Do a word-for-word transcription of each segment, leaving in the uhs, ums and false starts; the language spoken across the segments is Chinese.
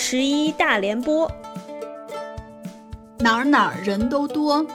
十一大联播， 哪儿哪儿人都多，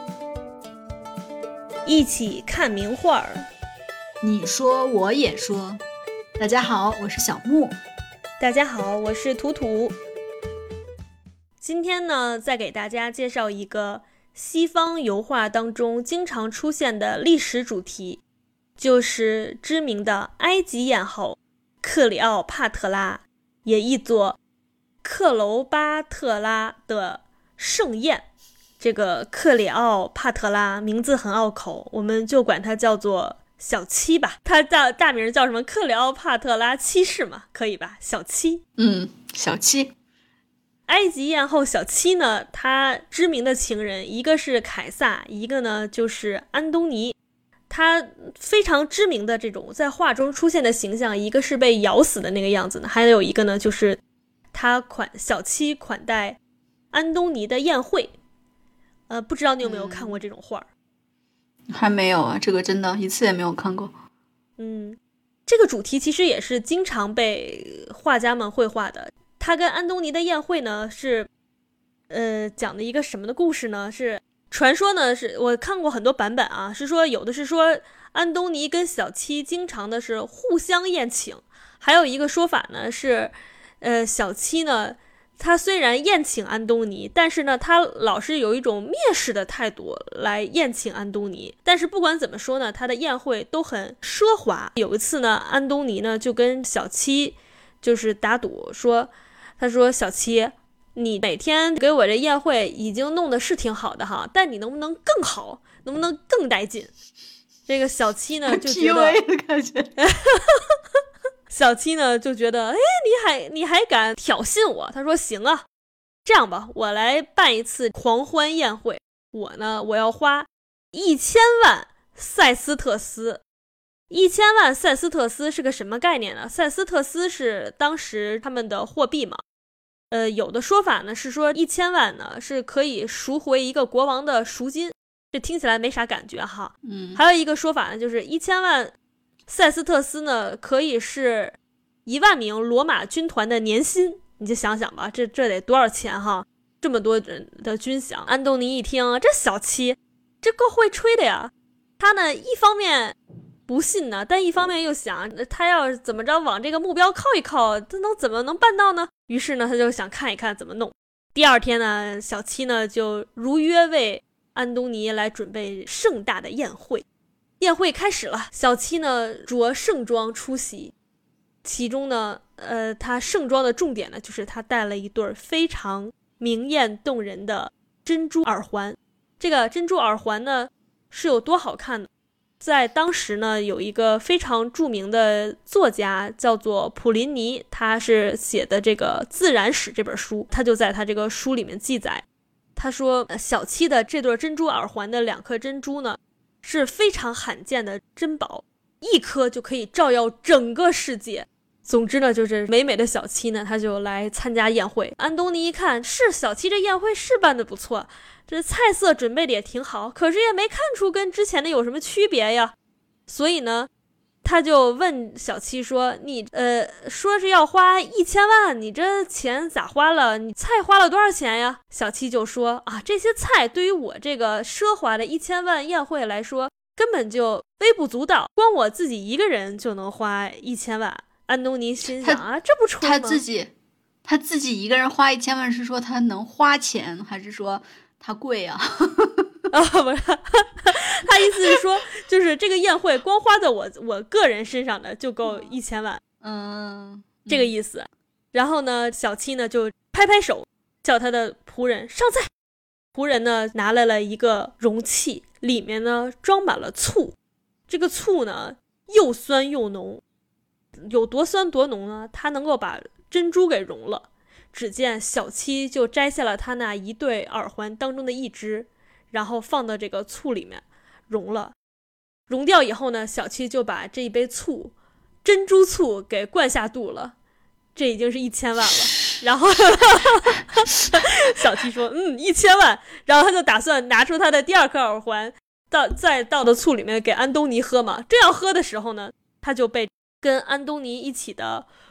一起看名画儿。 你说我也说。大家好，我是小木。 大家好，我是图图。今天呢，再给大家介绍一个西方油画当中经常出现的历史主题，就是知名的埃及艳后克里奥帕特拉，也译作克娄巴特拉的盛宴。这个克里奥帕特拉名字很拗口，我们就管它叫做小七吧。它大大名叫什么？克里奥帕特拉七世嘛，可以吧？小七。 嗯，小七。 埃及艳后小七呢，她知名的情人一个是凯撒，一个呢就是安东尼。她非常知名的这种在画中出现的形象，一个是被咬死的那个样子呢，还有一个呢就是她款小七款待安东尼的宴会。呃，不知道你有没有看过这种画？ 嗯，还没有啊，这个真的一次也没有看过。 嗯，这个主题其实也是经常被画家们绘画的。他跟安东尼的宴会呢，是呃讲的一个什么的故事呢？是传说呢，是我看过很多版本啊，是说有的是说安东尼跟小七经常的是互相宴请，还有一个说法呢是，呃小七呢，他虽然宴请安东尼，但是呢他老是有一种蔑视的态度来宴请安东尼。但是不管怎么说呢，他的宴会都很奢华。有一次呢，安东尼呢就跟小七就是打赌说，他说小七，你每天给我这宴会已经弄得是挺好的哈，但你能不能更好，能不能更带劲？这个小七呢就觉得 P U A 的感觉小七呢就觉得，哎，你还你还敢挑衅我？他说行啊，这样吧，我来办一次狂欢宴会，我呢我要花一千万塞斯特斯。一千万塞斯特斯是个什么概念呢？塞斯特斯是当时他们的货币嘛。呃，有的说法呢是说一千万呢是可以赎回一个国王的赎金，这听起来没啥感觉哈。 嗯， 还有一个说法呢，就是一千万塞斯特斯呢可以是一万名罗马军团的年薪。你就想想吧，这这得多少钱哈？这么多人的军饷。安东尼一听，这小七这够会吹的呀。他呢一方面不信呢，但一方面又想，他要怎么着往这个目标靠一靠，他能怎么能办到呢？于是呢，他就想看一看怎么弄。第二天呢，小七呢就如约为安东尼来准备盛大的宴会。宴会开始了，小七呢着盛装出席，其中呢，呃，他盛装的重点呢就是他戴了一对非常明艳动人的珍珠耳环。这个珍珠耳环呢是有多好看呢？在当时呢，有一个非常著名的作家叫做普林尼，他是写的这个《自然史》这本书，他就在他这个书里面记载，他说小七的这对珍珠耳环的两颗珍珠呢是非常罕见的珍宝，一颗就可以照耀整个世界。总之呢，就是美美的小七呢，他就来参加宴会。安东尼一看，是小七这宴会是办得不错，这菜色准备的也挺好，可是也没看出跟之前的有什么区别呀。所以呢，他就问小七说，你呃说是要花一千万，你这钱咋花了？你菜花了多少钱呀？小七就说啊，这些菜对于我这个奢华的一千万宴会来说，根本就微不足道，光我自己一个人就能花一千万。安东尼心想啊，这不吹吗？ 他自己他自己一个人花一千万，是说他能花钱，还是说他贵啊？ 啊、哦，不是，他意思是说，就是这个宴会光花在我我个人身上的就够一千万， 嗯， 这个意思。然后呢，小七呢就拍拍手，叫他的仆人上菜。仆人呢拿来了一个容器，里面呢装满了醋。这个醋呢又酸又浓。有多酸多浓呢？它能够把珍珠给融了。只见小七就摘下了他那一对耳环当中的一只，然后放到这个醋里面融了。融掉以后呢，小七就把这一杯醋，珍珠醋给灌下肚了。这已经是一千万了。然后小七说嗯一千万，然后他就打算拿出他的第二颗耳环倒再倒到醋里面给安东尼喝嘛。这样喝的时候呢，他就被跟安东尼一起的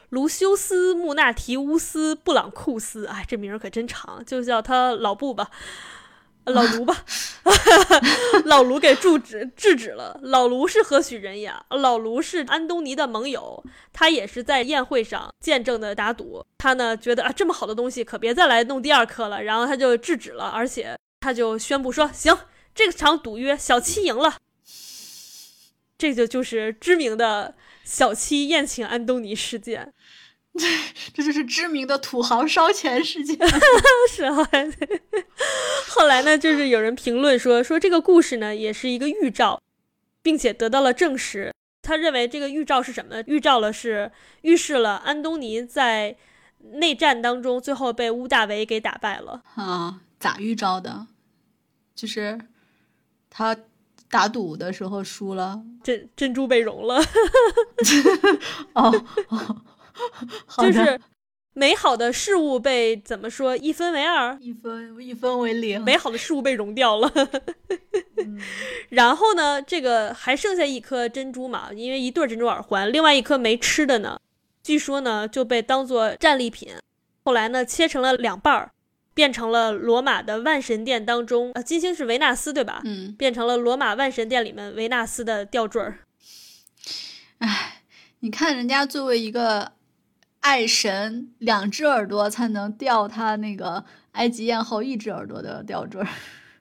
卢修斯·穆纳提乌斯·布朗库斯，哎，这名儿可真长，就叫他老布吧，老卢吧，老卢给制止制止了。老卢是何许人也？老卢是安东尼的盟友，他也是在宴会上见证的打赌。他呢觉得啊，这么好的东西可别再来弄第二颗了，然后他就制止了，而且他就宣布说，行，这场赌约小七赢了。这就就是知名的小七宴请安东尼事件。 这就是知名的土豪烧钱事件。 是啊，后来呢，就是有人评论说，说这个故事呢也是一个预兆，并且得到了证实。他认为这个预兆是什么呢？预兆了是预示了安东尼在内战当中最后被乌大维给打败了。 啊，咋预兆的？就是他打赌的时候输了， 珍珍珠被融了。 哦哦。 就是美好的事物被怎么说一分为二， 一分一分为零， 美好的事物被融掉了。 嗯、 然后呢，这个还剩下一颗珍珠嘛，因为一对珍珠耳环，另外一颗没吃的呢，据说呢就被当作战利品，后来呢切成了两半，变成了罗马的万神殿当中，呃，金星是维纳斯对吧？ 嗯， 变成了罗马万神殿里面维纳斯的吊坠儿。 哎，你看人家作为一个爱神，两只耳朵才能吊他那个埃及艳后一只耳朵的吊坠。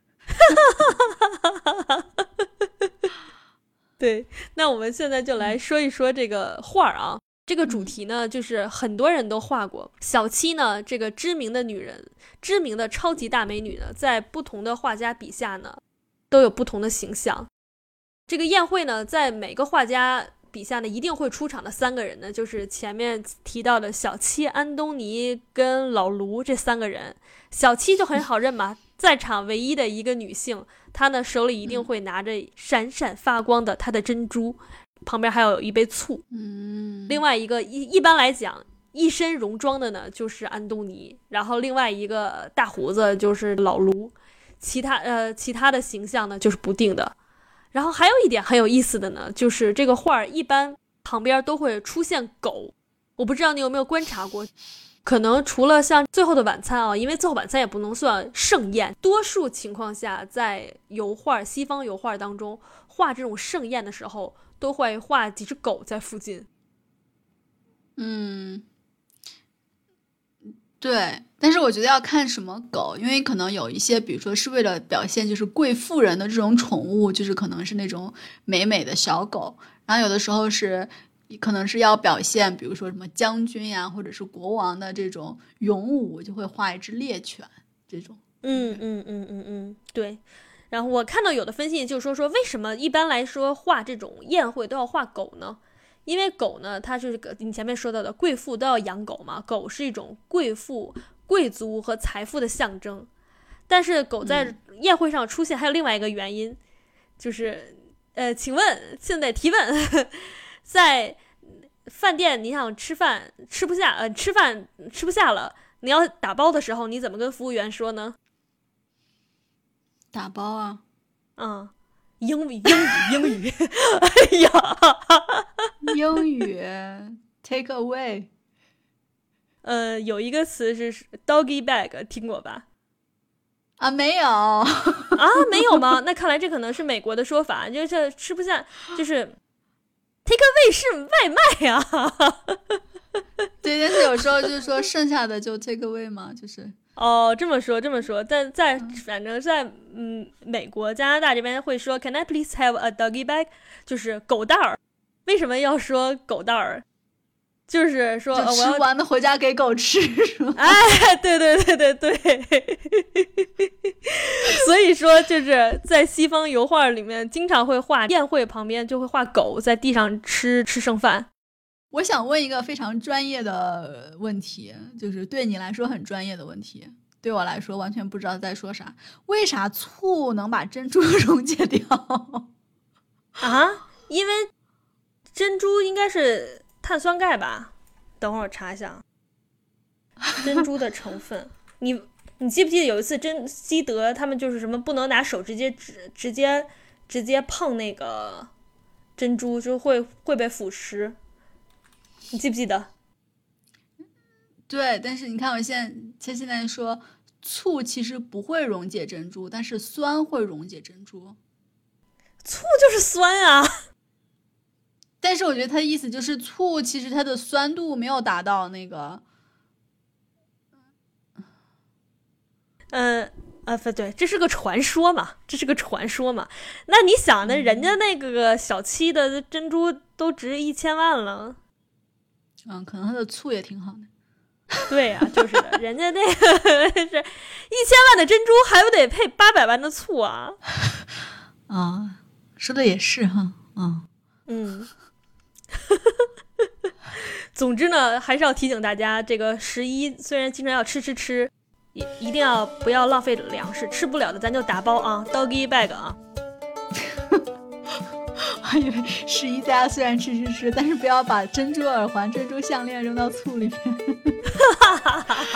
对，那我们现在就来说一说这个画啊。这个主题呢，就是很多人都画过。小七呢，这个知名的女人，知名的超级大美女呢，在不同的画家笔下呢，都有不同的形象。这个宴会呢，在每个画家笔下呢，一定会出场的三个人呢，就是前面提到的小七、安东尼跟老卢这三个人。小七就很好认嘛，在场唯一的一个女性，她呢手里一定会拿着闪闪发光的她的珍珠，旁边还有一杯醋。 嗯， 另外一个一一般来讲，一身戎装的呢就是安东尼，然后另外一个大胡子就是老卢，其他呃其他的形象呢就是不定的。然后还有一点很有意思的呢，就是这个画一般旁边都会出现狗，我不知道你有没有观察过，可能除了像最后的晚餐啊，因为最后晚餐也不能算盛宴，多数情况下在油画西方油画当中画这种盛宴的时候都会画几只狗在附近。 嗯，对，但是我觉得要看什么狗，因为可能有一些比如说是为了表现就是贵妇人的这种宠物，就是可能是那种美美的小狗，然后有的时候是可能是要表现比如说什么将军呀或者是国王的这种勇武，就会画一只猎犬这种。 嗯嗯嗯嗯嗯，对。然后我看到有的分析就是说说为什么一般来说画这种宴会都要画狗呢？因为狗呢，它就是你前面说到的贵妇都要养狗嘛，狗是一种贵妇、贵族和财富的象征。但是狗在宴会上出现还有另外一个原因，嗯、就是呃，请问现在提问，在饭店你想吃饭吃不下，呃，吃饭吃不下了，你要打包的时候，你怎么跟服务员说呢？ 打包啊， 嗯。英语英语英语哎呀英语 take away 呃有一个词是 doggy bag 听过吧？ 啊没有啊没有吗？那看来这可能是美国的说法，就是吃不下就是 take away 是外卖啊。 对，但是有时候就是说剩下的就 take away 嘛，就是哦，这么说这么说，但在反正在嗯美国加拿大这边会说 Can I please have a doggy bag， 就是狗袋儿。为什么要说狗袋儿？就是说就吃完的回家给狗吃是吧？ 哎，对对对对对。所以说就是在西方油画里面经常会画宴会旁边就会画狗在地上吃吃剩饭。 我想问一个非常专业的问题，就是对你来说很专业的问题，对我来说完全不知道在说啥。为啥醋能把珍珠溶解掉？ 啊？因为珍珠应该是碳酸钙吧？等会儿我查一下珍珠的成分。你你记不记得有一次珍基德他们就是什么不能拿手直接直直接直接碰那个珍珠，就会会被腐蚀。你记不记得？ 对，但是你看我现在他现在说醋其实不会溶解珍珠，但是酸会溶解珍珠。 醋就是酸啊。 但是我觉得他的意思就是醋其实它的酸度没有达到那个， 嗯啊不对，这是个传说嘛，这是个传说嘛。那你想呢？人家那个小七的珍珠都值一千万了。 嗯，可能它的醋也挺好的。 对呀、啊，就是的，人家那个是一千万的珍珠，还不得配八百万的醋啊？ 啊，说的也是哈，嗯嗯。总之呢，还是要提醒大家，这个十一虽然经常要吃吃吃，也一定要不要浪费粮食，吃不了的咱就打包啊 ，doggy bag 啊。 我还以为十一大家虽然吃吃吃，但是不要把珍珠耳环、珍珠项链扔到醋里面。